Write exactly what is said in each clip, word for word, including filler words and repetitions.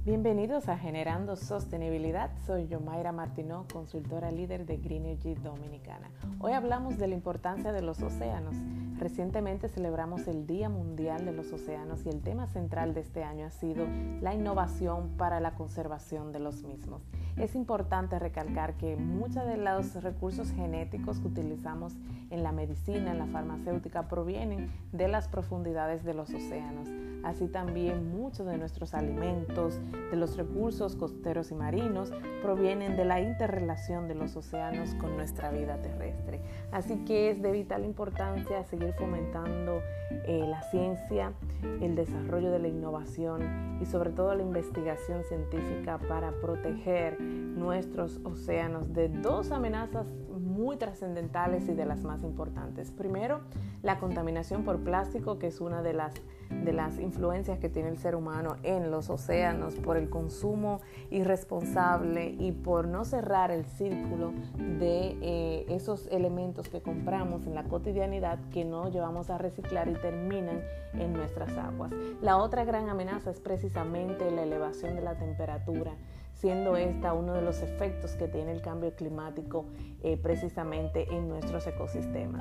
Bienvenidos a Generando Sostenibilidad. Soy Yomaira Martínez, consultora líder de Greenergy Dominicana. Hoy hablamos de la importancia de los océanos. Recientemente celebramos el Día Mundial de los Océanos y el tema central de este año ha sido la innovación para la conservación de los mismos. Es importante recalcar que muchos de los recursos genéticos que utilizamos en la medicina, en la farmacéutica, provienen de las profundidades de los océanos. Así también muchos de nuestros alimentos, de los recursos costeros y marinos, provienen de la interrelación de los océanos con nuestra vida terrestre. Así que es de vital importancia seguir fomentando eh, la ciencia, el desarrollo de la innovación y sobre todo la investigación científica para proteger nuestros océanos de dos amenazas muy trascendentales y de las más importantes. Primero, la contaminación por plástico, que es una de las, de las influencias que tiene el ser humano en los océanos por el consumo irresponsable y por no cerrar el círculo de eh, esos elementos que compramos en la cotidianidad que no llevamos a reciclar y terminan en nuestras aguas. La otra gran amenaza es precisamente la elevación de la temperatura, siendo esta uno de los efectos que tiene el cambio climático eh, precisamente en nuestros ecosistemas.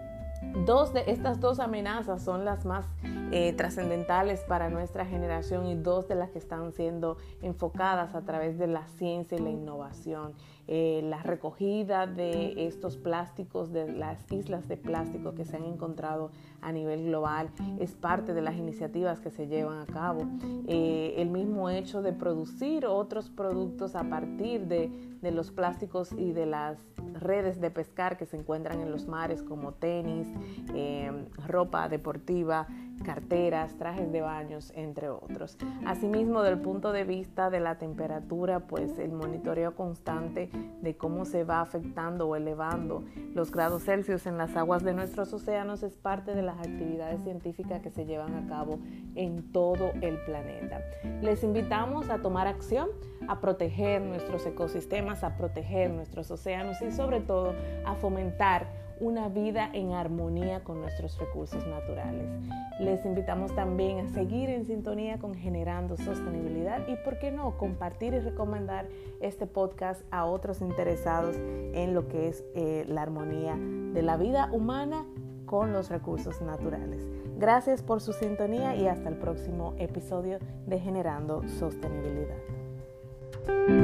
Dos de estas dos amenazas son las más eh, trascendentales para nuestra generación y dos de las que están siendo enfocadas a través de la ciencia y la innovación. Eh, la recogida de estos plásticos, de las islas de plástico que se han encontrado a nivel global, es parte de las iniciativas que se llevan a cabo. Eh, el mismo hecho de producir otros productos a partir de, de los plásticos y de las redes de pescar que se encuentran en los mares, como tenis, eh, ropa deportiva, carteras, trajes de baños, entre otros. Asimismo, del punto de vista de la temperatura, pues el monitoreo constante de cómo se va afectando o elevando los grados Celsius en las aguas de nuestros océanos es parte de las actividades científicas que se llevan a cabo en todo el planeta. Les invitamos a tomar acción, a proteger nuestros ecosistemas, a proteger nuestros océanos y sobre todo a fomentar una vida en armonía con nuestros recursos naturales. Les invitamos también a seguir en sintonía con Generando Sostenibilidad y, por qué no, compartir y recomendar este podcast a otros interesados en lo que es eh, la armonía de la vida humana con los recursos naturales. Gracias por su sintonía y hasta el próximo episodio de Generando Sostenibilidad.